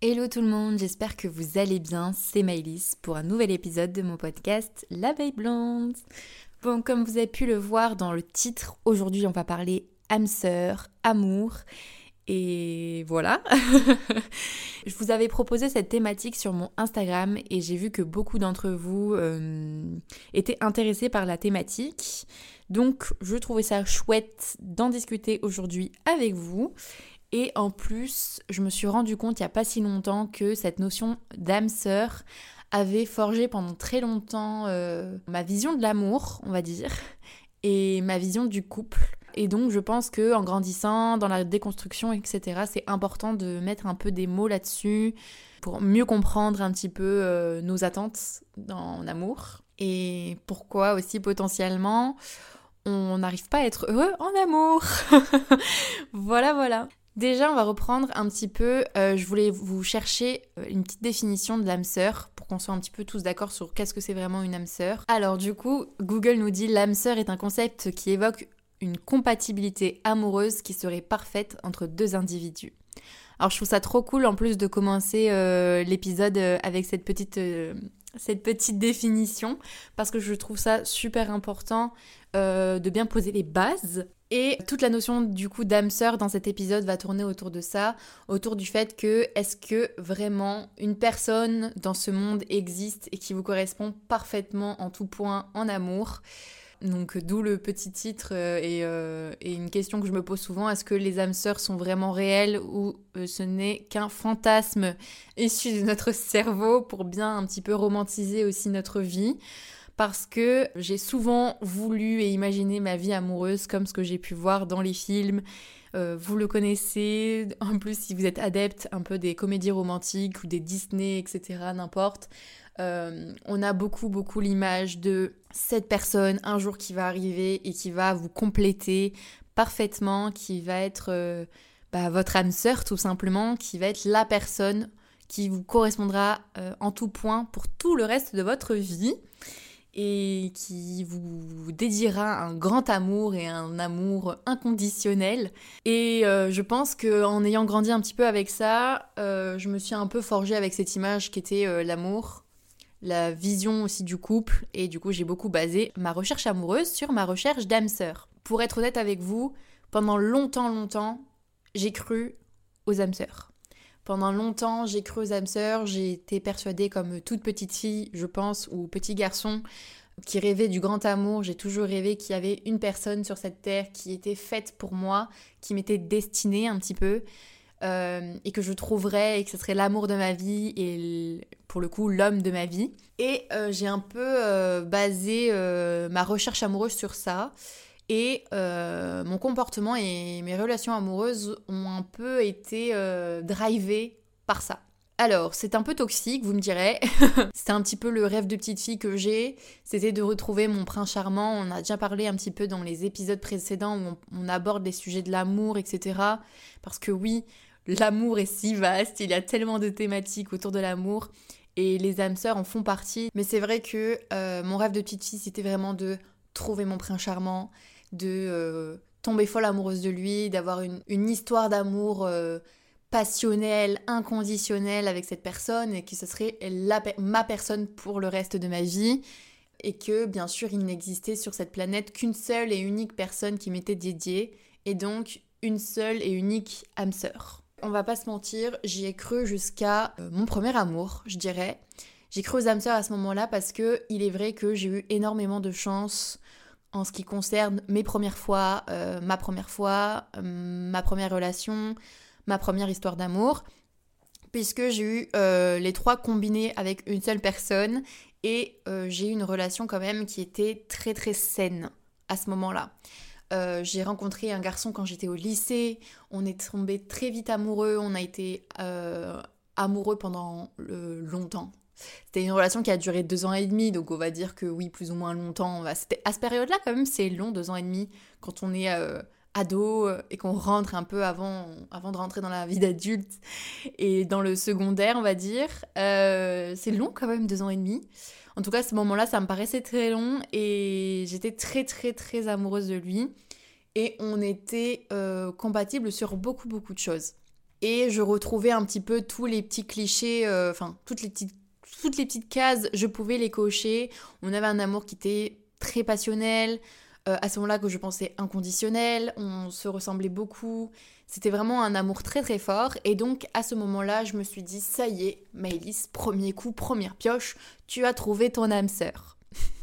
Hello tout le monde, j'espère que vous allez bien, c'est Maëlys pour un nouvel épisode de mon podcast L'abeille blonde. Bon, comme vous avez pu le voir dans le titre, aujourd'hui on va parler âme sœur, amour, et voilà. Je vous avais proposé cette thématique sur mon Instagram et j'ai vu que beaucoup d'entre vous étaient intéressés par la thématique. Donc je trouvais ça chouette d'en discuter aujourd'hui avec vous. Et en plus, je me suis rendu compte il n'y a pas si longtemps que cette notion d'âme sœur avait forgé pendant très longtemps ma vision de l'amour, on va dire, et ma vision du couple. Et donc je pense qu'en grandissant, dans la déconstruction, etc., c'est important de mettre un peu des mots là-dessus pour mieux comprendre un petit peu nos attentes en amour. Et pourquoi aussi potentiellement on n'arrive pas à être heureux en amour. Voilà. Déjà, on va reprendre un petit peu, je voulais vous chercher une petite définition de l'âme sœur pour qu'on soit un petit peu tous d'accord sur qu'est-ce que c'est vraiment une âme sœur. Alors du coup, Google nous dit l'âme sœur est un concept qui évoque une compatibilité amoureuse qui serait parfaite entre deux individus. Alors je trouve ça trop cool en plus de commencer l'épisode avec cette petite définition parce que je trouve ça super important de bien poser les bases. Et toute la notion du coup d'âme sœur dans cet épisode va tourner autour de ça, autour du fait que est-ce que vraiment une personne dans ce monde existe et qui vous correspond parfaitement en tout point en amour. Donc d'où le petit titre et une question que je me pose souvent, est-ce que les âmes sœurs sont vraiment réelles ou ce n'est qu'un fantasme issu de notre cerveau pour bien un petit peu romantiser aussi notre vie ? Parce que j'ai souvent voulu et imaginé ma vie amoureuse comme ce que j'ai pu voir dans les films. Vous le connaissez, en plus si vous êtes adepte un peu des comédies romantiques ou des Disney, etc., n'importe. On a beaucoup l'image de cette personne un jour qui va arriver et qui va vous compléter parfaitement, qui va être votre âme sœur tout simplement, qui va être la personne qui vous correspondra en tout point pour tout le reste de votre vie. Et qui vous dédiera un grand amour et un amour inconditionnel. Et je pense qu'en ayant grandi un petit peu avec ça, je me suis un peu forgée avec cette image qui était l'amour, la vision aussi du couple, et du coup j'ai beaucoup basé ma recherche amoureuse sur ma recherche d'âme sœur. Pour être honnête avec vous, pendant longtemps, j'ai cru aux âmes sœurs. Pendant longtemps, j'ai cru aux âmes sœurs, j'ai été persuadée comme toute petite fille, je pense, ou petit garçon, qui rêvait du grand amour. J'ai toujours rêvé qu'il y avait une personne sur cette terre qui était faite pour moi, qui m'était destinée un petit peu, et que je trouverais, et que ce serait l'amour de ma vie, et pour le coup, l'homme de ma vie. Et j'ai un peu basé ma recherche amoureuse sur ça. Et mon comportement et mes relations amoureuses ont un peu été drivées par ça. Alors, c'est un peu toxique, vous me direz. C'était un petit peu le rêve de petite fille que j'ai. C'était de retrouver mon prince charmant. On a déjà parlé un petit peu dans les épisodes précédents où on aborde les sujets de l'amour, etc. Parce que oui, l'amour est si vaste, il y a tellement de thématiques autour de l'amour. Et les âmes sœurs en font partie. Mais c'est vrai que mon rêve de petite fille, c'était vraiment de trouver mon prince charmant, de tomber folle amoureuse de lui, d'avoir une histoire d'amour passionnelle, inconditionnelle avec cette personne et que ce serait ma personne pour le reste de ma vie et que bien sûr il n'existait sur cette planète qu'une seule et unique personne qui m'était dédiée et donc une seule et unique âme sœur. On va pas se mentir, j'y ai cru jusqu'à mon premier amour, je dirais. J'ai cru aux âmes sœurs à ce moment-là parce que il est vrai que j'ai eu énormément de chance en ce qui concerne mes premières fois, ma première relation, ma première histoire d'amour, puisque j'ai eu les trois combinés avec une seule personne et j'ai eu une relation quand même qui était très très saine à ce moment-là. J'ai rencontré un garçon quand j'étais au lycée, on est tombés très vite amoureux, on a été amoureux pendant longtemps. C'était une relation qui a duré 2 ans et demi, donc on va dire que oui, plus ou moins longtemps. C'était, à cette période-là, quand même, c'est long, 2 ans et demi, quand on est ado et qu'on rentre un peu avant de rentrer dans la vie d'adulte et dans le secondaire, on va dire. C'est long quand même, 2 ans et demi. En tout cas, à ce moment-là, ça me paraissait très long et j'étais très, très, très amoureuse de lui. Et on était compatibles sur beaucoup de choses. Et je retrouvais un petit peu tous les petits clichés, toutes les petites cases, je pouvais les cocher. On avait un amour qui était très passionnel, à ce moment-là que je pensais inconditionnel, on se ressemblait beaucoup. C'était vraiment un amour très très fort. Et donc à ce moment-là, je me suis dit, ça y est, Maëlys, premier coup, première pioche, tu as trouvé ton âme sœur.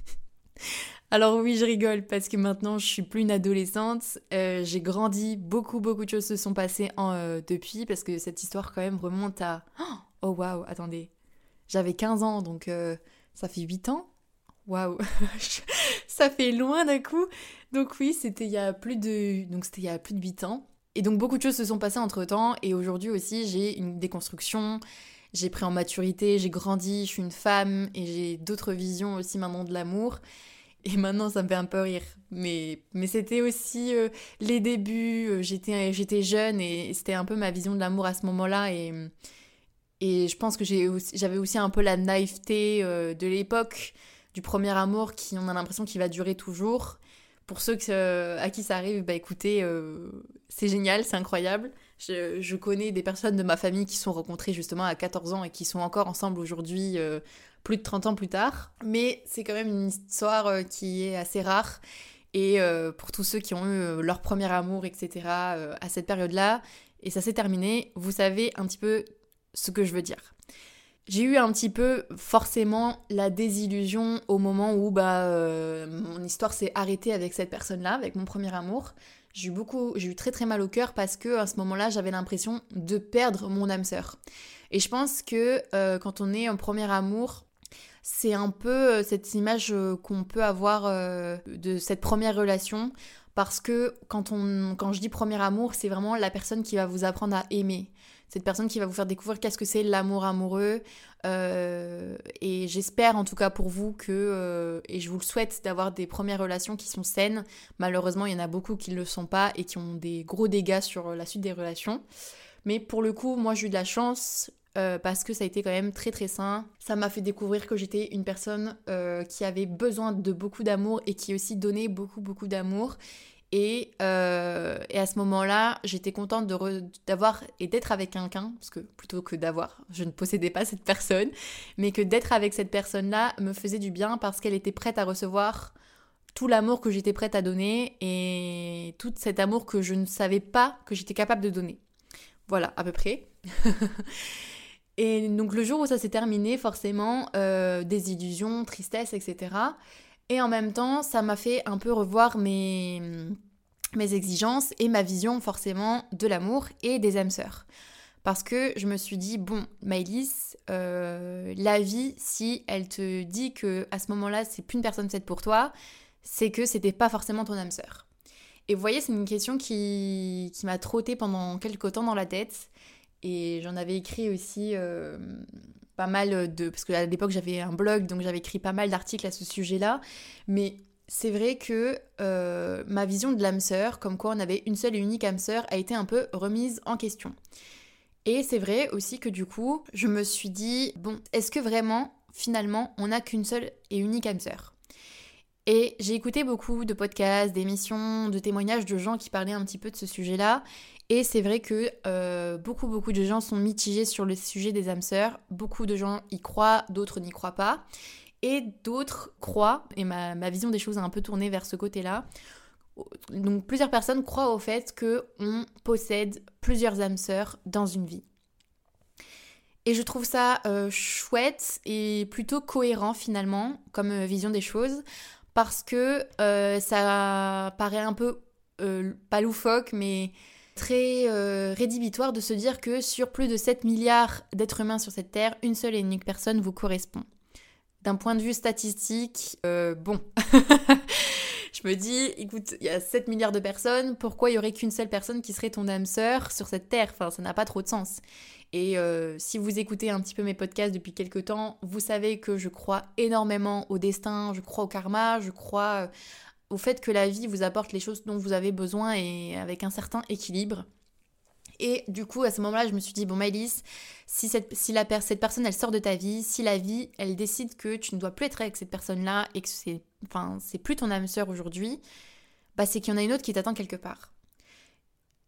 Alors oui, je rigole parce que maintenant je suis plus une adolescente, j'ai grandi, beaucoup de choses se sont passées depuis parce que cette histoire quand même remonte à... Oh waouh, attendez, j'avais 15 ans donc ça fait 8 ans. Waouh, ça fait loin d'un coup. Donc oui, c'était il y a plus de 8 ans. Et donc beaucoup de choses se sont passées entre-temps et aujourd'hui aussi j'ai une déconstruction, j'ai pris en maturité, j'ai grandi, je suis une femme et j'ai d'autres visions aussi maintenant de l'amour. Et maintenant, ça me fait un peu rire. Mais c'était aussi les débuts. J'étais jeune et c'était un peu ma vision de l'amour à ce moment-là. Et je pense que j'avais aussi un peu la naïveté de l'époque, du premier amour qui, on a l'impression qu'il va durer toujours. Pour ceux à qui ça arrive, bah écoutez, c'est génial, c'est incroyable. Je connais des personnes de ma famille qui se sont rencontrées justement à 14 ans et qui sont encore ensemble aujourd'hui, plus de 30 ans plus tard. Mais c'est quand même une histoire qui est assez rare. Et pour tous ceux qui ont eu leur premier amour, etc., à cette période-là, et ça s'est terminé, vous savez un petit peu ce que je veux dire. J'ai eu un petit peu forcément la désillusion au moment où mon histoire s'est arrêtée avec cette personne-là, avec mon premier amour. J'ai eu très très mal au cœur parce que à ce moment-là, j'avais l'impression de perdre mon âme sœur. Et je pense que quand on est en premier amour, c'est un peu cette image qu'on peut avoir de cette première relation. Parce que quand je dis premier amour, c'est vraiment la personne qui va vous apprendre à aimer. Cette personne qui va vous faire découvrir qu'est-ce que c'est l'amour amoureux. Et j'espère en tout cas pour vous et je vous le souhaite, d'avoir des premières relations qui sont saines. Malheureusement, il y en a beaucoup qui ne le sont pas et qui ont des gros dégâts sur la suite des relations. Mais pour le coup, moi j'ai eu de la chance parce que ça a été quand même très très sain. Ça m'a fait découvrir que j'étais une personne qui avait besoin de beaucoup d'amour et qui aussi donnait beaucoup d'amour. Et à ce moment-là, j'étais contente d'avoir et d'être avec quelqu'un, parce que plutôt que d'avoir, je ne possédais pas cette personne, mais que d'être avec cette personne-là me faisait du bien parce qu'elle était prête à recevoir tout l'amour que j'étais prête à donner et tout cet amour que je ne savais pas que j'étais capable de donner. Voilà, à peu près. Et donc le jour où ça s'est terminé, forcément, désillusion, tristesse, etc. Et en même temps, ça m'a fait un peu revoir mes exigences et ma vision forcément de l'amour et des âmes sœurs. Parce que je me suis dit, bon, Maëlys, la vie, si elle te dit que à ce moment-là, c'est plus une personne faite pour toi, c'est que c'était pas forcément ton âme sœur. Et vous voyez, c'est une question qui m'a trotté pendant quelques temps dans la tête. Et j'en avais écrit aussi pas mal parce qu'à l'époque j'avais un blog, donc j'avais écrit pas mal d'articles à ce sujet-là. Mais c'est vrai que ma vision de l'âme sœur, comme quoi on avait une seule et unique âme sœur, a été un peu remise en question. Et c'est vrai aussi que du coup, je me suis dit, bon, est-ce que vraiment, finalement, on n'a qu'une seule et unique âme sœur ? Et j'ai écouté beaucoup de podcasts, d'émissions, de témoignages de gens qui parlaient un petit peu de ce sujet-là. Et c'est vrai que beaucoup de gens sont mitigés sur le sujet des âmes sœurs. Beaucoup de gens y croient, d'autres n'y croient pas. Et d'autres croient, et ma vision des choses a un peu tourné vers ce côté-là. Donc plusieurs personnes croient au fait qu'on possède plusieurs âmes sœurs dans une vie. Et je trouve ça chouette et plutôt cohérent finalement comme vision des choses. Parce que ça paraît un peu, pas loufoque, mais très rédhibitoire de se dire que sur plus de 7 milliards d'êtres humains sur cette Terre, une seule et unique personne vous correspond. D'un point de vue statistique, bon, je me dis, écoute, il y a 7 milliards de personnes, pourquoi il n'y aurait qu'une seule personne qui serait ton âme sœur sur cette Terre ? Enfin, ça n'a pas trop de sens. Et si vous écoutez un petit peu mes podcasts depuis quelques temps, vous savez que je crois énormément au destin, je crois au karma, je crois au fait que la vie vous apporte les choses dont vous avez besoin et avec un certain équilibre. Et du coup, à ce moment-là, je me suis dit, bon Maëlys, si cette personne, elle sort de ta vie, si la vie, elle décide que tu ne dois plus être avec cette personne-là et que c'est plus ton âme sœur aujourd'hui, bah c'est qu'il y en a une autre qui t'attend quelque part.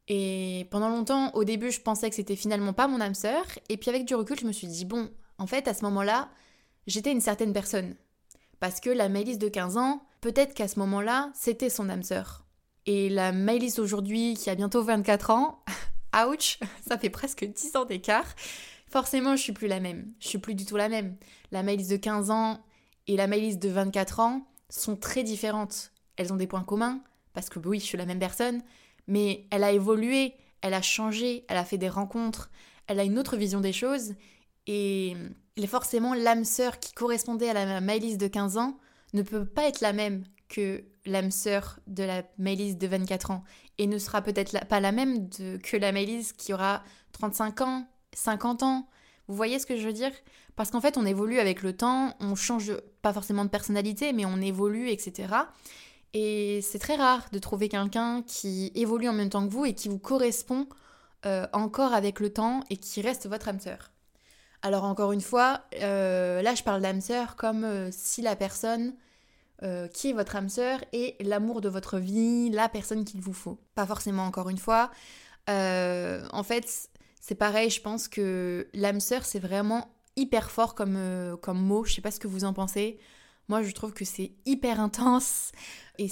Et pendant longtemps, au début, je pensais que c'était finalement pas mon âme sœur. Et puis avec du recul, je me suis dit, bon, en fait, à ce moment-là, j'étais une certaine personne. Parce que la Maëlys de 15 ans, peut-être qu'à ce moment-là, c'était son âme sœur. Et la Maëlys aujourd'hui, qui a bientôt 24 ans, ouch, ça fait presque 10 ans d'écart, forcément, je suis plus la même. Je suis plus du tout la même. La Maëlys de 15 ans et la Maëlys de 24 ans sont très différentes. Elles ont des points communs, parce que oui, je suis la même personne, mais elle a évolué, elle a changé, elle a fait des rencontres, elle a une autre vision des choses, et forcément, l'âme sœur qui correspondait à la Maëlys de 15 ans ne peut pas être la même que l'âme sœur de la Maëlys de 24 ans, et ne sera peut-être pas la même que la Maëlys qui aura 35 ans, 50 ans. Vous voyez ce que je veux dire? Parce qu'en fait, on évolue avec le temps, on change pas forcément de personnalité, mais on évolue, etc. Et c'est très rare de trouver quelqu'un qui évolue en même temps que vous et qui vous correspond encore avec le temps et qui reste votre âme sœur. Alors encore une fois, là je parle d'âme sœur comme si la personne qui est votre âme sœur est l'amour de votre vie, la personne qu'il vous faut. Pas forcément encore une fois. En fait, c'est pareil, je pense que l'âme sœur c'est vraiment hyper fort comme mot, je sais pas ce que vous en pensez. Moi je trouve que c'est hyper intense et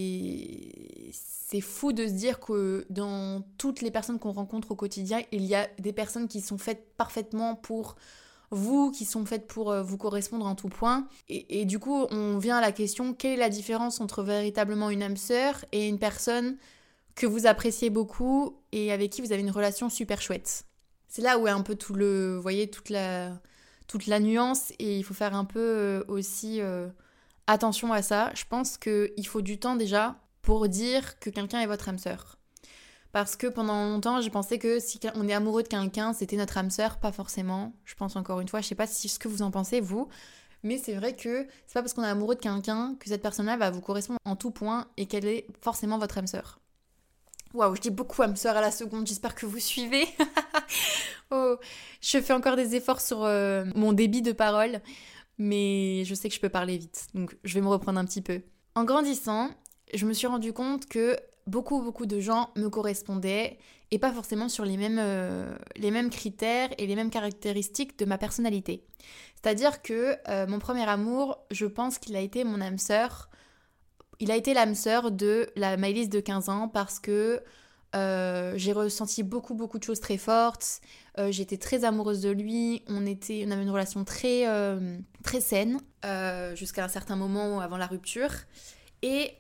c'est fou de se dire que dans toutes les personnes qu'on rencontre au quotidien, il y a des personnes qui sont faites parfaitement pour vous, qui sont faites pour vous correspondre en tout point. Et du coup, on vient à la question, quelle est la différence entre véritablement une âme sœur et une personne que vous appréciez beaucoup et avec qui vous avez une relation super chouette? C'est là où est un peu vous voyez, toute la nuance, et il faut faire un peu aussi attention à ça. Je pense qu'il faut du temps déjà pour dire que quelqu'un est votre âme sœur. Parce que pendant longtemps, j'ai pensé que si on est amoureux de quelqu'un, c'était notre âme sœur, pas forcément. Je pense encore une fois, je sais pas ce que vous en pensez, vous, mais c'est vrai que c'est pas parce qu'on est amoureux de quelqu'un que cette personne-là va vous correspondre en tout point et qu'elle est forcément votre âme sœur. Waouh, je dis beaucoup âme sœur à la seconde, j'espère que vous suivez. Oh, je fais encore des efforts sur mon débit de parole, mais je sais que je peux parler vite, donc je vais me reprendre un petit peu. En grandissant, je me suis rendu compte que beaucoup de gens me correspondaient et pas forcément sur les mêmes critères et les mêmes caractéristiques de ma personnalité. C'est-à-dire que mon premier amour, je pense qu'il a été mon âme sœur. Il a été l'âme sœur de la Maëlys de 15 ans parce que j'ai ressenti beaucoup de choses très fortes. J'étais très amoureuse de lui. On avait une relation très saine jusqu'à un certain moment avant la rupture. Et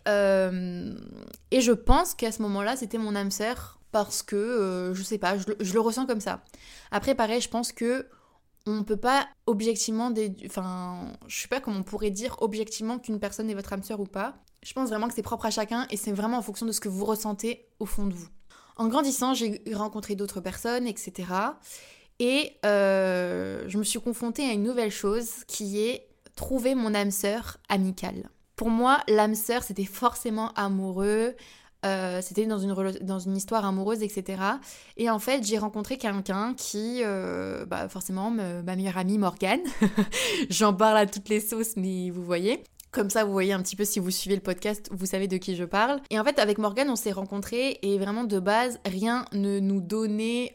je pense qu'à ce moment-là, c'était mon âme sœur parce que, je sais pas, je le ressens comme ça. Après, pareil, je pense que on peut pas objectivement... Enfin, je sais pas comment on pourrait dire objectivement qu'une personne est votre âme sœur ou pas. Je pense vraiment que c'est propre à chacun et c'est vraiment en fonction de ce que vous ressentez au fond de vous. En grandissant, j'ai rencontré d'autres personnes, etc. Et je me suis confrontée à une nouvelle chose qui est trouver mon âme sœur amicale. Pour moi, l'âme sœur, c'était forcément amoureux, c'était dans une histoire amoureuse, etc. Et en fait, j'ai rencontré quelqu'un qui, forcément, ma meilleure amie Morgane, j'en parle à toutes les sauces, mais vous voyez. Comme ça, vous voyez un petit peu, si vous suivez le podcast, vous savez de qui je parle. Et en fait, avec Morgane, on s'est rencontrés et vraiment de base, rien ne nous donnait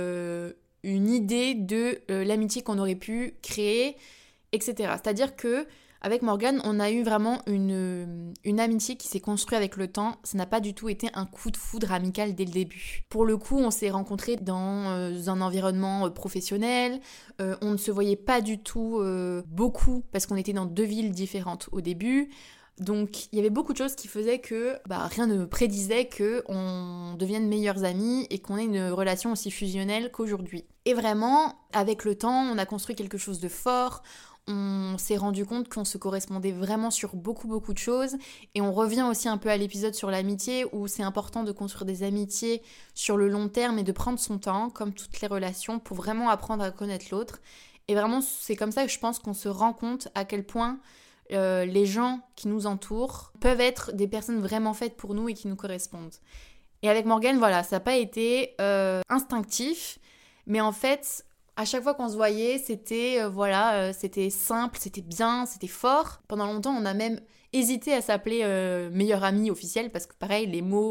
une idée de l'amitié qu'on aurait pu créer, etc. C'est-à-dire que avec Morgane, on a eu vraiment une amitié qui s'est construite avec le temps. Ça n'a pas du tout été un coup de foudre amical dès le début. Pour le coup, on s'est rencontrés dans un environnement professionnel. On ne se voyait pas du tout beaucoup parce qu'on était dans 2 villes différentes au début. Donc il y avait beaucoup de choses qui faisaient que rien ne prédisait qu'on devienne meilleurs amis et qu'on ait une relation aussi fusionnelle qu'aujourd'hui. Et vraiment, avec le temps, on a construit quelque chose de fort. On s'est rendu compte qu'on se correspondait vraiment sur beaucoup de choses, et on revient aussi un peu à l'épisode sur l'amitié où c'est important de construire des amitiés sur le long terme et de prendre son temps, comme toutes les relations, pour vraiment apprendre à connaître l'autre. Et vraiment, c'est comme ça que je pense qu'on se rend compte à quel point les gens qui nous entourent peuvent être des personnes vraiment faites pour nous et qui nous correspondent. Et avec Morgane, voilà, ça n'a pas été instinctif, mais en fait, à chaque fois qu'on se voyait, c'était c'était simple, c'était bien, c'était fort. Pendant longtemps, on a même hésité à s'appeler meilleure amie officielle parce que pareil, les mots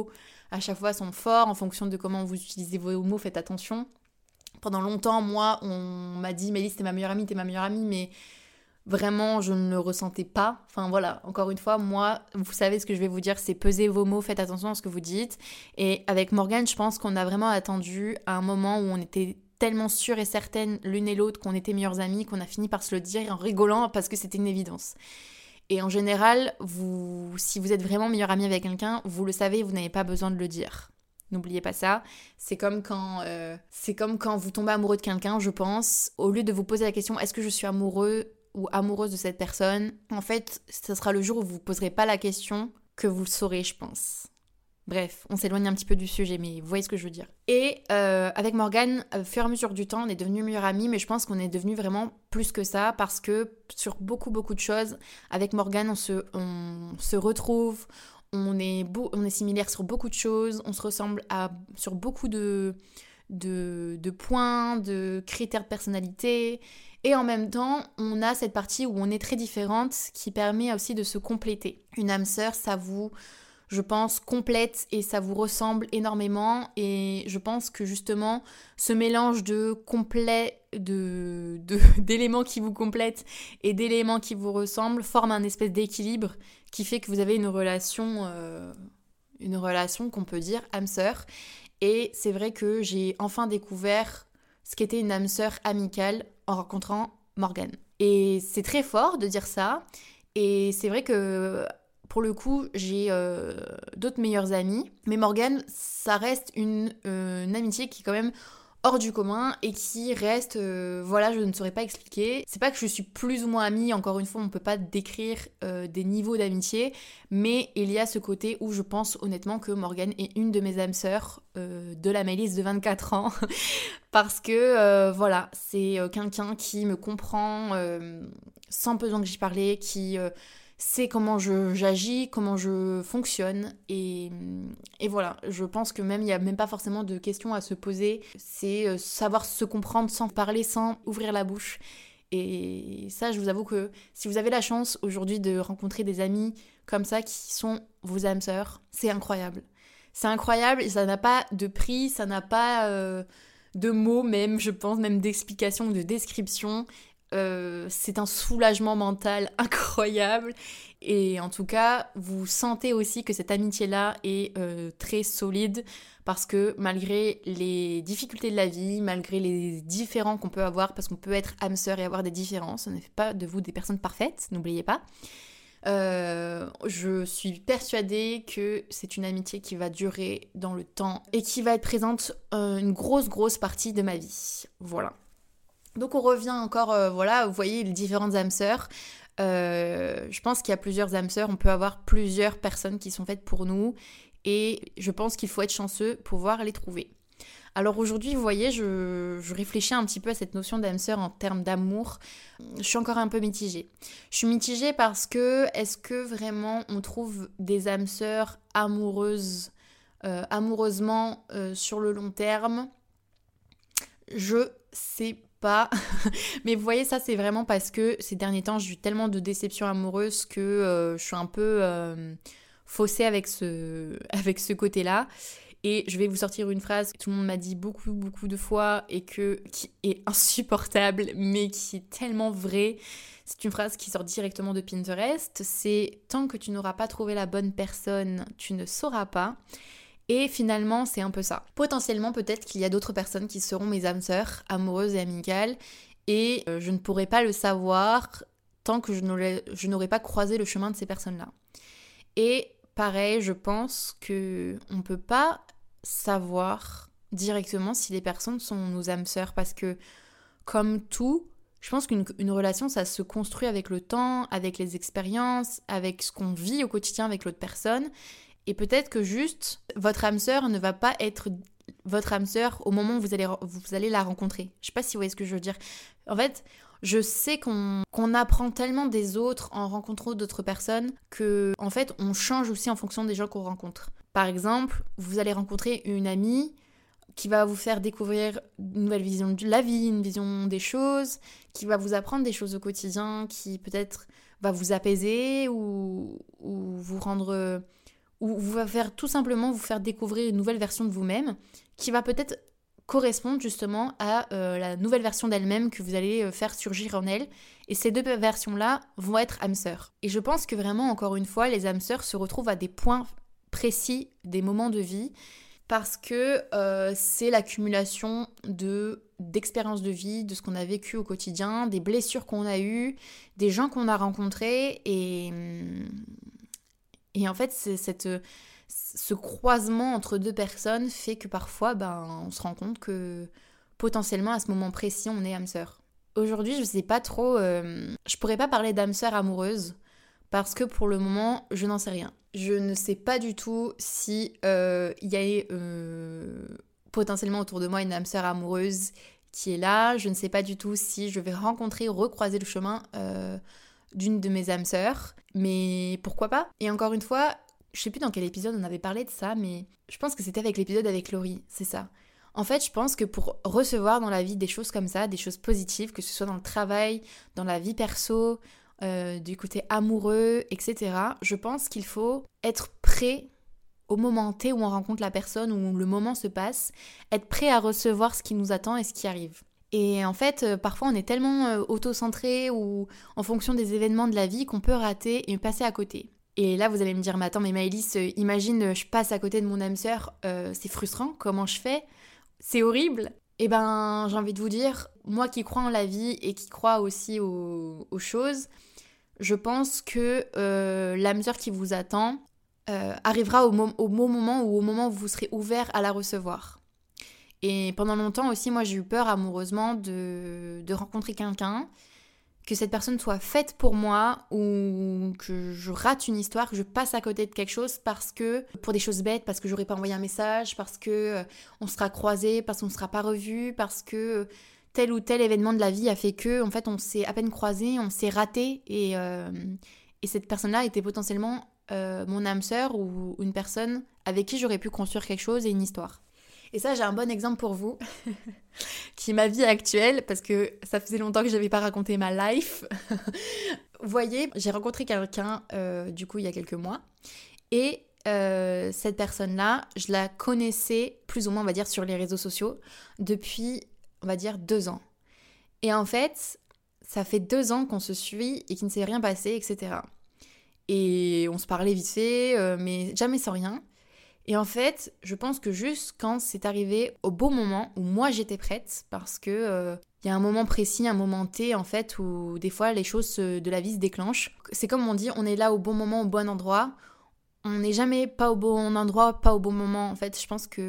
à chaque fois sont forts en fonction de comment vous utilisez vos mots, faites attention. Pendant longtemps, moi, on m'a dit Mélis, t'es ma meilleure amie, mais vraiment, je ne le ressentais pas. Enfin voilà, encore une fois, moi, vous savez ce que je vais vous dire, c'est peser vos mots, faites attention à ce que vous dites. Et avec Morgane, je pense qu'on a vraiment attendu à un moment où on était tellement sûres et certaines l'une et l'autre qu'on était meilleures amies, qu'on a fini par se le dire en rigolant parce que c'était une évidence. Et en général, si vous êtes vraiment meilleure amie avec quelqu'un, vous le savez, vous n'avez pas besoin de le dire. N'oubliez pas ça. C'est comme quand vous tombez amoureux de quelqu'un, je pense. Au lieu de vous poser la question, est-ce que je suis amoureux ou amoureuse de cette personne, en fait, ce sera le jour où vous ne vous poserez pas la question que vous le saurez, je pense. Bref, on s'éloigne un petit peu du sujet, mais vous voyez ce que je veux dire. Et avec Morgane, au fur et à mesure du temps, on est devenus meilleures amies, mais je pense qu'on est devenus vraiment plus que ça, parce que sur beaucoup de choses, avec Morgane, on se retrouve, on est similaires sur beaucoup de choses, on se ressemble sur beaucoup de points, de critères de personnalité. Et en même temps, on a cette partie où on est très différentes qui permet aussi de se compléter. Une âme sœur, ça vous, je pense, complète et ça vous ressemble énormément. Et je pense que justement, ce mélange d'éléments qui vous complètent et d'éléments qui vous ressemblent forme un espèce d'équilibre qui fait que vous avez une relation qu'on peut dire âme sœur. Et c'est vrai que j'ai enfin découvert ce qu'était une âme sœur amicale en rencontrant Morgane. Et c'est très fort de dire ça. Et c'est vrai que pour le coup, j'ai d'autres meilleures amies. Mais Morgane, ça reste une amitié qui est quand même hors du commun et qui reste, je ne saurais pas expliquer. C'est pas que je suis plus ou moins amie, encore une fois, on peut pas décrire des niveaux d'amitié, mais il y a ce côté où je pense honnêtement que Morgane est une de mes âmes sœurs de la Mélis de 24 ans, parce que c'est quelqu'un qui me comprend sans besoin que j'y parle, qui sait comment j'agis, comment je fonctionne et voilà, je pense que même il n'y a même pas forcément de questions à se poser, c'est savoir se comprendre sans parler, sans ouvrir la bouche. Et ça, je vous avoue que si vous avez la chance aujourd'hui de rencontrer des amis comme ça qui sont vos âmes sœurs, c'est incroyable. C'est incroyable et ça n'a pas de prix, ça n'a pas de mots même, je pense, même d'explication, de description. C'est un soulagement mental incroyable et en tout cas vous sentez aussi que cette amitié-là est très solide parce que malgré les difficultés de la vie, malgré les différends qu'on peut avoir, parce qu'on peut être âme sœur et avoir des différences, ça ne fait pas de vous des personnes parfaites, n'oubliez pas. Je suis persuadée que c'est une amitié qui va durer dans le temps et qui va être présente une grosse partie de ma vie. Voilà. Donc on revient encore, vous voyez les différentes âmes sœurs. Je pense qu'il y a plusieurs âmes sœurs, on peut avoir plusieurs personnes qui sont faites pour nous et je pense qu'il faut être chanceux pour pouvoir les trouver. Alors aujourd'hui, vous voyez, je réfléchis un petit peu à cette notion d'âme sœur en termes d'amour. Je suis encore un peu mitigée. Je suis mitigée parce que est-ce que vraiment on trouve des âmes sœurs amoureuses, amoureusement sur le long terme ? Je sais pas. Mais vous voyez, ça c'est vraiment parce que ces derniers temps j'ai eu tellement de déceptions amoureuses que je suis un peu faussée avec ce côté-là. Et je vais vous sortir une phrase que tout le monde m'a dit beaucoup de fois et qui est insupportable mais qui est tellement vraie. C'est une phrase qui sort directement de Pinterest. C'est « Tant que tu n'auras pas trouvé la bonne personne, tu ne sauras pas ». Et finalement, c'est un peu ça. Potentiellement, peut-être qu'il y a d'autres personnes qui seront mes âmes sœurs, amoureuses et amicales, et je ne pourrai pas le savoir tant que je n'aurai pas croisé le chemin de ces personnes-là. Et pareil, je pense qu'on ne peut pas savoir directement si les personnes sont nos âmes sœurs, parce que comme tout, je pense qu'une relation, ça se construit avec le temps, avec les expériences, avec ce qu'on vit au quotidien avec l'autre personne. Et peut-être que juste, votre âme sœur ne va pas être votre âme sœur au moment où vous allez la rencontrer. Je sais pas si vous voyez ce que je veux dire. En fait, je sais qu'on apprend tellement des autres en rencontrant d'autres personnes que, en fait, on change aussi en fonction des gens qu'on rencontre. Par exemple, vous allez rencontrer une amie qui va vous faire découvrir une nouvelle vision de la vie, une vision des choses, qui va vous apprendre des choses au quotidien, qui peut-être va vous apaiser ou vous rendre... ou va faire tout simplement vous faire découvrir une nouvelle version de vous-même qui va peut-être correspondre justement à la nouvelle version d'elle-même que vous allez faire surgir en elle. Et ces deux versions-là vont être âmes sœurs. Et je pense que vraiment, encore une fois, les âmes sœurs se retrouvent à des points précis des moments de vie parce que c'est l'accumulation d'expériences de vie, de ce qu'on a vécu au quotidien, des blessures qu'on a eues, des gens qu'on a rencontrés et en fait, ce croisement entre deux personnes fait que parfois, on se rend compte que potentiellement, à ce moment précis, on est âme sœur. Aujourd'hui, je sais pas trop... je pourrais pas parler d'âme sœur amoureuse parce que pour le moment, je n'en sais rien. Je ne sais pas du tout si il y a potentiellement autour de moi une âme sœur amoureuse qui est là. Je ne sais pas du tout si je vais rencontrer ou recroiser le chemin d'une de mes âmes sœurs. Mais pourquoi pas? Et encore une fois, je sais plus dans quel épisode on avait parlé de ça, mais je pense que c'était avec l'épisode avec Laurie, c'est ça. En fait, je pense que pour recevoir dans la vie des choses comme ça, des choses positives, que ce soit dans le travail, dans la vie perso, du côté amoureux, etc., je pense qu'il faut être prêt au moment T où on rencontre la personne, où le moment se passe, être prêt à recevoir ce qui nous attend et ce qui arrive. Et en fait, parfois on est tellement auto-centré ou en fonction des événements de la vie qu'on peut rater et passer à côté. Et là, vous allez me dire, mais attends, mais Maëlys, imagine, je passe à côté de mon âme sœur, c'est frustrant, comment je fais? C'est horrible. Eh ben, j'ai envie de vous dire, moi qui crois en la vie et qui crois aussi aux choses, je pense que l'âme sœur qui vous attend arrivera au bon moment ou au moment où vous serez ouvert à la recevoir. Et pendant longtemps aussi, moi j'ai eu peur amoureusement de rencontrer quelqu'un, que cette personne soit faite pour moi ou que je rate une histoire, que je passe à côté de quelque chose parce que, pour des choses bêtes, parce que j'aurais pas envoyé un message, parce que on sera croisés, parce qu'on ne sera pas revus, parce que tel ou tel événement de la vie a fait que, en fait, on s'est à peine croisés, on s'est ratés et cette personne-là était potentiellement mon âme sœur ou une personne avec qui j'aurais pu construire quelque chose et une histoire. Et ça, j'ai un bon exemple pour vous, qui est ma vie actuelle, parce que ça faisait longtemps que je n'avais pas raconté ma life. Vous voyez, j'ai rencontré quelqu'un, du coup, il y a quelques mois, et cette personne-là, je la connaissais plus ou moins, on va dire, sur les réseaux sociaux, depuis, on va dire, 2 ans. Et en fait, ça fait 2 ans qu'on se suit et qu'il ne s'est rien passé, etc. Et on se parlait vite fait, mais jamais sans rien. Et en fait, je pense que juste quand c'est arrivé au bon moment où moi j'étais prête, parce que y a un moment précis, un moment T en fait, où des fois les choses de la vie se déclenchent. C'est comme on dit, on est là au bon moment, au bon endroit. On n'est jamais pas au bon endroit, pas au bon moment. En fait, je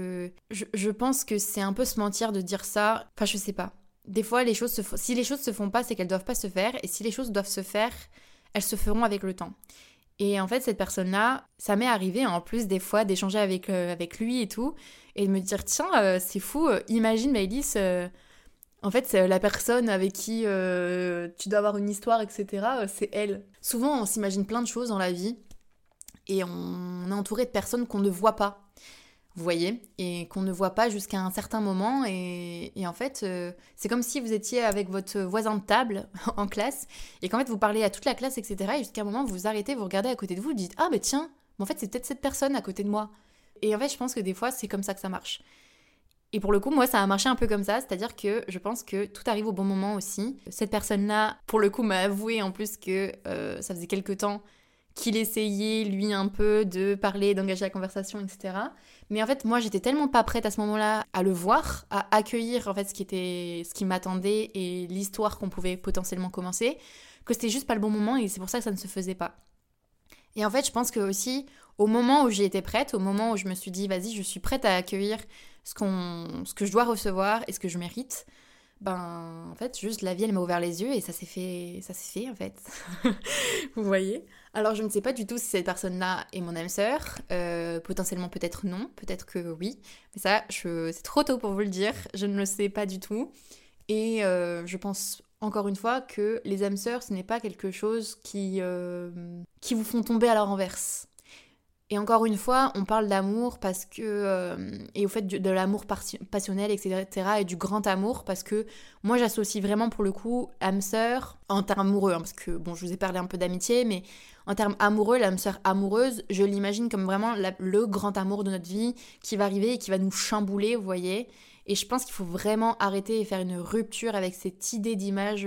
pense que c'est un peu se mentir de dire ça. Enfin, je sais pas. Des fois, si les choses se font pas, c'est qu'elles doivent pas se faire. Et si les choses doivent se faire, elles se feront avec le temps. Et en fait, cette personne-là, ça m'est arrivé en plus des fois d'échanger avec lui et tout, et de me dire, tiens, c'est fou, imagine Maëlys, en fait, c'est la personne avec qui tu dois avoir une histoire, etc., c'est elle. Souvent, on s'imagine plein de choses dans la vie, et on est entouré de personnes qu'on ne voit pas, vous voyez, et qu'on ne voit pas jusqu'à un certain moment, et en fait, c'est comme si vous étiez avec votre voisin de table en classe, et qu'en fait vous parlez à toute la classe, etc., et jusqu'à un moment vous vous arrêtez, vous regardez à côté de vous, vous dites « Ah, mais tiens, en fait c'est peut-être cette personne à côté de moi ». Et en fait, je pense que des fois, c'est comme ça que ça marche. Et pour le coup, moi, ça a marché un peu comme ça, c'est-à-dire que je pense que tout arrive au bon moment aussi. Cette personne-là, pour le coup, m'a avoué en plus que ça faisait quelque temps qu'il essayait, lui, un peu de parler, d'engager la conversation, etc. Mais en fait, moi, j'étais tellement pas prête à ce moment-là à le voir, à accueillir en fait ce qui m'attendait et l'histoire qu'on pouvait potentiellement commencer, que c'était juste pas le bon moment et c'est pour ça que ça ne se faisait pas. Et en fait, je pense que aussi, au moment où j'y étais prête, au moment où je me suis dit, vas-y, je suis prête à accueillir ce que je dois recevoir et ce que je mérite, en fait, juste la vie, elle m'a ouvert les yeux et ça s'est fait en fait. Vous voyez? Alors, je ne sais pas du tout si cette personne-là est mon âme sœur. Potentiellement, peut-être non, peut-être que oui. Mais ça, c'est trop tôt pour vous le dire. Je ne le sais pas du tout. Et je pense encore une fois que les âmes sœurs, ce n'est pas quelque chose qui vous font tomber à la renverse. Et encore une fois, on parle d'amour parce que... et au fait de l'amour passionnel, etc. et du grand amour parce que moi j'associe vraiment pour le coup âme sœur en termes amoureux. Hein, parce que bon, je vous ai parlé un peu d'amitié, mais en termes amoureux, l'âme sœur amoureuse, je l'imagine comme vraiment le grand amour de notre vie qui va arriver et qui va nous chambouler, vous voyez. Et je pense qu'il faut vraiment arrêter et faire une rupture avec cette idée d'image...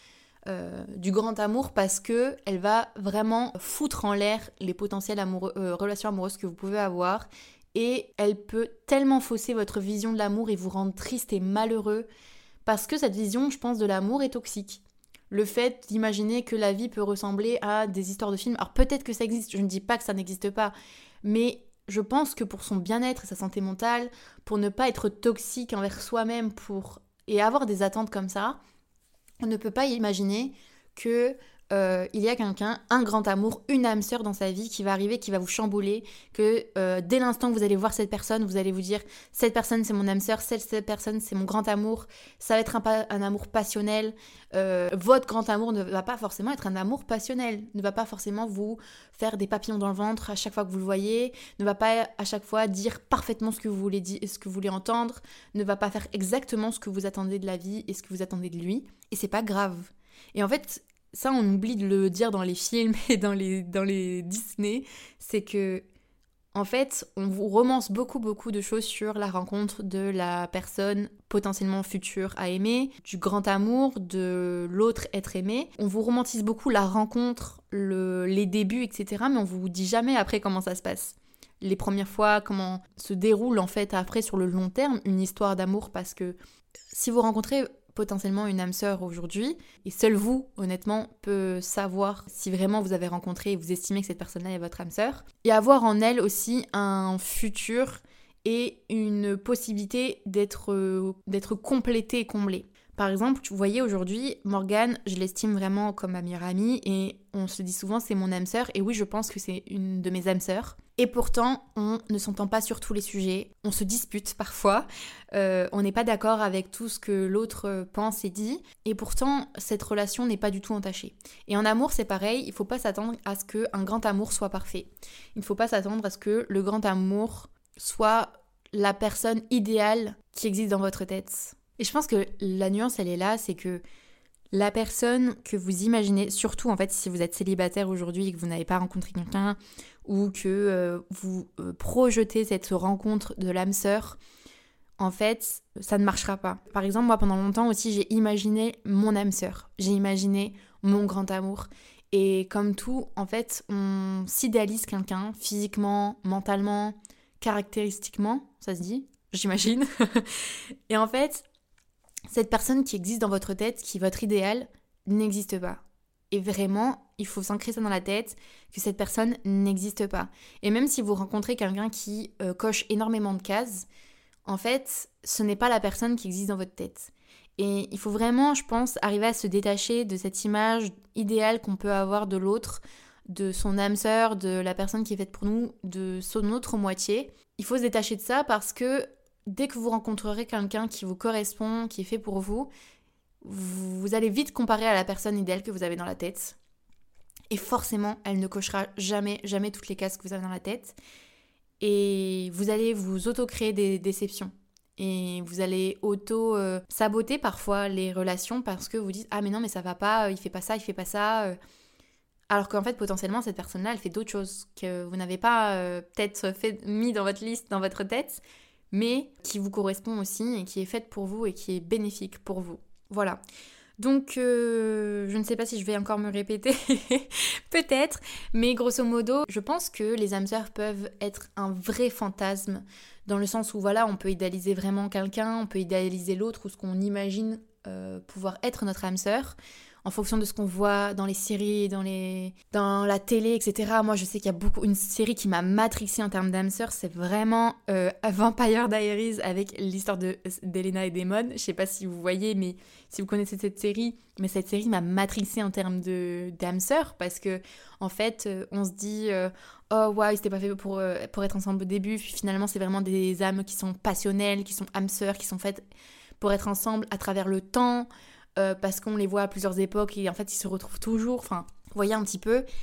du grand amour parce que elle va vraiment foutre en l'air les potentielles relations amoureuses que vous pouvez avoir et elle peut tellement fausser votre vision de l'amour et vous rendre triste et malheureux parce que cette vision, je pense, de l'amour est toxique. Le fait d'imaginer que la vie peut ressembler à des histoires de films, alors peut-être que ça existe, je ne dis pas que ça n'existe pas, mais je pense que pour son bien-être et sa santé mentale, pour ne pas être toxique envers soi-même et avoir des attentes comme ça, on ne peut pas imaginer que il y a quelqu'un, un grand amour, une âme sœur dans sa vie qui va arriver, qui va vous chambouler, que dès l'instant que vous allez voir cette personne, vous allez vous dire cette personne c'est mon âme sœur, cette personne c'est mon grand amour, ça va être un amour passionnel. Votre grand amour ne va pas forcément être un amour passionnel, ne va pas forcément vous faire des papillons dans le ventre à chaque fois que vous le voyez, ne va pas à chaque fois dire parfaitement ce que vous voulez dire, ce que vous voulez entendre, ne va pas faire exactement ce que vous attendez de la vie et ce que vous attendez de lui, et c'est pas grave. Et en fait, ça, on oublie de le dire dans les films et dans les Disney, c'est que, en fait, on vous romance beaucoup de choses sur la rencontre de la personne potentiellement future à aimer, du grand amour, de l'autre être aimé. On vous romantise beaucoup la rencontre, les débuts, etc. Mais on vous dit jamais après comment ça se passe. Les premières fois, comment se déroule en fait après sur le long terme une histoire d'amour, parce que si vous rencontrez potentiellement une âme sœur aujourd'hui, et seul vous, honnêtement, peut savoir si vraiment vous avez rencontré et vous estimez que cette personne-là est votre âme sœur, et avoir en elle aussi un futur et une possibilité d'être complétée et comblée. Par exemple, vous voyez aujourd'hui, Morgane, je l'estime vraiment comme ma meilleure amie et on se dit souvent c'est mon âme sœur, et oui, je pense que c'est une de mes âmes sœurs. Et pourtant, on ne s'entend pas sur tous les sujets, on se dispute parfois, on n'est pas d'accord avec tout ce que l'autre pense et dit, et pourtant, cette relation n'est pas du tout entachée. Et en amour, c'est pareil, il ne faut pas s'attendre à ce qu'un grand amour soit parfait. Il ne faut pas s'attendre à ce que le grand amour soit la personne idéale qui existe dans votre tête. Et je pense que la nuance, elle est là, c'est que la personne que vous imaginez, surtout en fait si vous êtes célibataire aujourd'hui et que vous n'avez pas rencontré quelqu'un, ou que vous projetez cette rencontre de l'âme sœur, en fait, ça ne marchera pas. Par exemple, moi pendant longtemps aussi, j'ai imaginé mon âme sœur, j'ai imaginé mon grand amour. Et comme tout, en fait, on s'idéalise quelqu'un physiquement, mentalement, caractéristiquement, ça se dit, j'imagine. Et en fait, cette personne qui existe dans votre tête, qui est votre idéal, n'existe pas. Et vraiment, il faut s'ancrer ça dans la tête, que cette personne n'existe pas. Et même si vous rencontrez quelqu'un qui coche énormément de cases, en fait, ce n'est pas la personne qui existe dans votre tête. Et il faut vraiment, je pense, arriver à se détacher de cette image idéale qu'on peut avoir de l'autre, de son âme sœur, de la personne qui est faite pour nous, de son autre moitié. Il faut se détacher de ça parce que dès que vous rencontrerez quelqu'un qui vous correspond, qui est fait pour vous, vous allez vite comparer à la personne idéale que vous avez dans la tête. Et forcément, elle ne cochera jamais toutes les cases que vous avez dans la tête. Et vous allez vous auto-créer des déceptions. Et vous allez auto-saboter parfois les relations parce que vous dites « Ah mais non, mais ça va pas, il fait pas ça. » Alors qu'en fait, potentiellement, cette personne-là, elle fait d'autres choses que vous n'avez pas peut-être mis dans votre liste, dans votre tête, mais qui vous correspond aussi et qui est faite pour vous et qui est bénéfique pour vous. Voilà. Donc, je ne sais pas si je vais encore me répéter, peut-être, mais grosso modo, je pense que les âmes sœurs peuvent être un vrai fantasme, dans le sens où, voilà, on peut idéaliser vraiment quelqu'un, on peut idéaliser l'autre ou ce qu'on imagine pouvoir être notre âme sœur, en fonction de ce qu'on voit dans les séries, dans la télé, etc. Moi, je sais qu'il y a une série qui m'a matrixée en termes d'âme sœur, c'est vraiment Vampire Diaries avec l'histoire d'Elena et Damon. Je sais pas si vous voyez, mais si vous connaissez cette série, mais cette série m'a matrixée en termes d'âme sœur, parce que en fait, on se dit oh ouais, ils étaient pas faits pour être ensemble au début, puis finalement, c'est vraiment des âmes qui sont passionnelles, qui sont âmes sœurs, qui sont faites pour être ensemble à travers le temps. Parce qu'on les voit à plusieurs époques et en fait ils se retrouvent toujours, enfin, vous voyez un petit peu.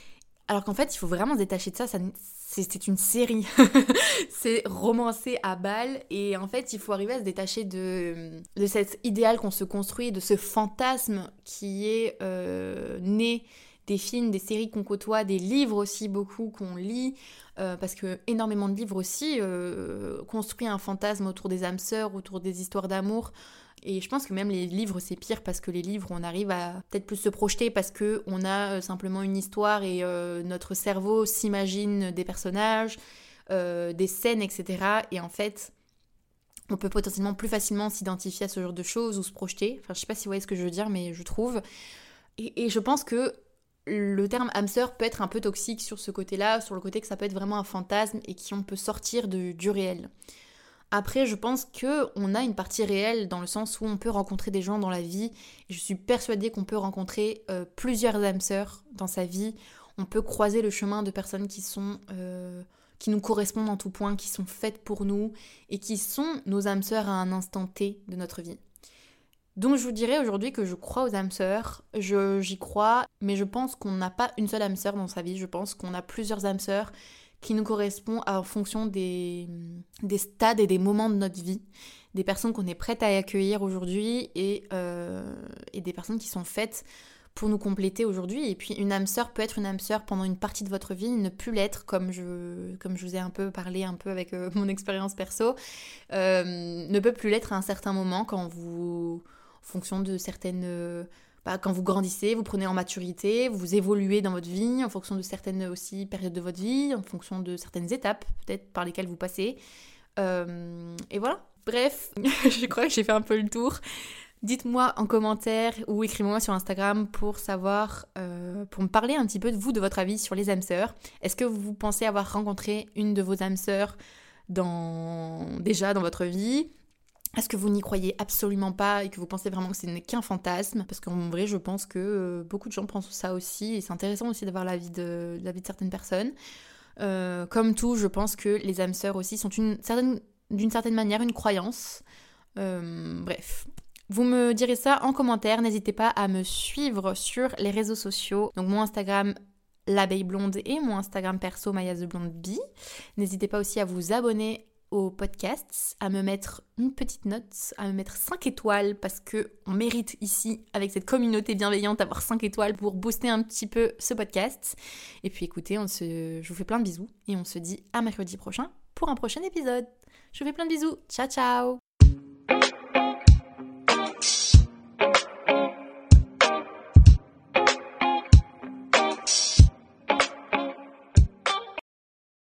Alors qu'en fait, il faut vraiment se détacher de ça, c'est une série. C'est romancé à balle et en fait, il faut arriver à se détacher de cet idéal qu'on se construit, de ce fantasme qui est né des films, des séries qu'on côtoie, des livres aussi beaucoup qu'on lit, parce que énormément de livres aussi construisent un fantasme autour des âmes sœurs, autour des histoires d'amour. Et je pense que même les livres, c'est pire parce que les livres, on arrive à peut-être plus se projeter parce qu'on a simplement une histoire et notre cerveau s'imagine des personnages, des scènes, etc. Et en fait, on peut potentiellement plus facilement s'identifier à ce genre de choses ou se projeter. Enfin, je sais pas si vous voyez ce que je veux dire, mais je trouve. Et je pense que le terme âme sœur peut être un peu toxique sur ce côté-là, sur le côté que ça peut être vraiment un fantasme et qu'on peut sortir du réel. Après, je pense qu'on a une partie réelle dans le sens où on peut rencontrer des gens dans la vie. Je suis persuadée qu'on peut rencontrer plusieurs âmes sœurs dans sa vie. On peut croiser le chemin de personnes qui nous correspondent en tout point, qui sont faites pour nous et qui sont nos âmes sœurs à un instant T de notre vie. Donc je vous dirais aujourd'hui que je crois aux âmes sœurs, j'y crois, mais je pense qu'on n'a pas une seule âme sœur dans sa vie. Je pense qu'on a plusieurs âmes sœurs qui nous correspond en fonction des stades et des moments de notre vie, des personnes qu'on est prête à accueillir aujourd'hui et des personnes qui sont faites pour nous compléter aujourd'hui. Et puis une âme sœur peut être une âme sœur pendant une partie de votre vie, ne plus l'être, comme je vous ai un peu parlé un peu avec mon expérience perso, ne peut plus l'être à un certain moment quand vous, en fonction de certaines... quand vous grandissez, vous prenez en maturité, vous évoluez dans votre vie en fonction de certaines aussi périodes de votre vie, en fonction de certaines étapes peut-être par lesquelles vous passez. Et voilà. Bref, je crois que j'ai fait un peu le tour. Dites-moi en commentaire ou écrivez-moi sur Instagram pour savoir, pour me parler un petit peu de vous, de votre avis sur les âmes sœurs. Est-ce que vous pensez avoir rencontré une de vos âmes sœurs déjà dans votre vie ? Est-ce que vous n'y croyez absolument pas et que vous pensez vraiment que ce n'est qu'un fantasme ? Parce qu'en vrai, je pense que beaucoup de gens pensent ça aussi et c'est intéressant aussi d'avoir l'avis de certaines personnes. Comme tout, je pense que les âmes sœurs aussi sont d'une certaine manière une croyance. Bref. Vous me direz ça en commentaire. N'hésitez pas à me suivre sur les réseaux sociaux. Donc mon Instagram, l'abeille blonde, et mon Instagram perso, Maya the Blonde Bee. N'hésitez pas aussi à vous abonner au podcast, à me mettre une petite note, à me mettre 5 étoiles parce qu'on mérite ici, avec cette communauté bienveillante, d'avoir 5 étoiles pour booster un petit peu ce podcast. Et puis écoutez, je vous fais plein de bisous et on se dit à mercredi prochain pour un prochain épisode. Je vous fais plein de bisous. Ciao ciao.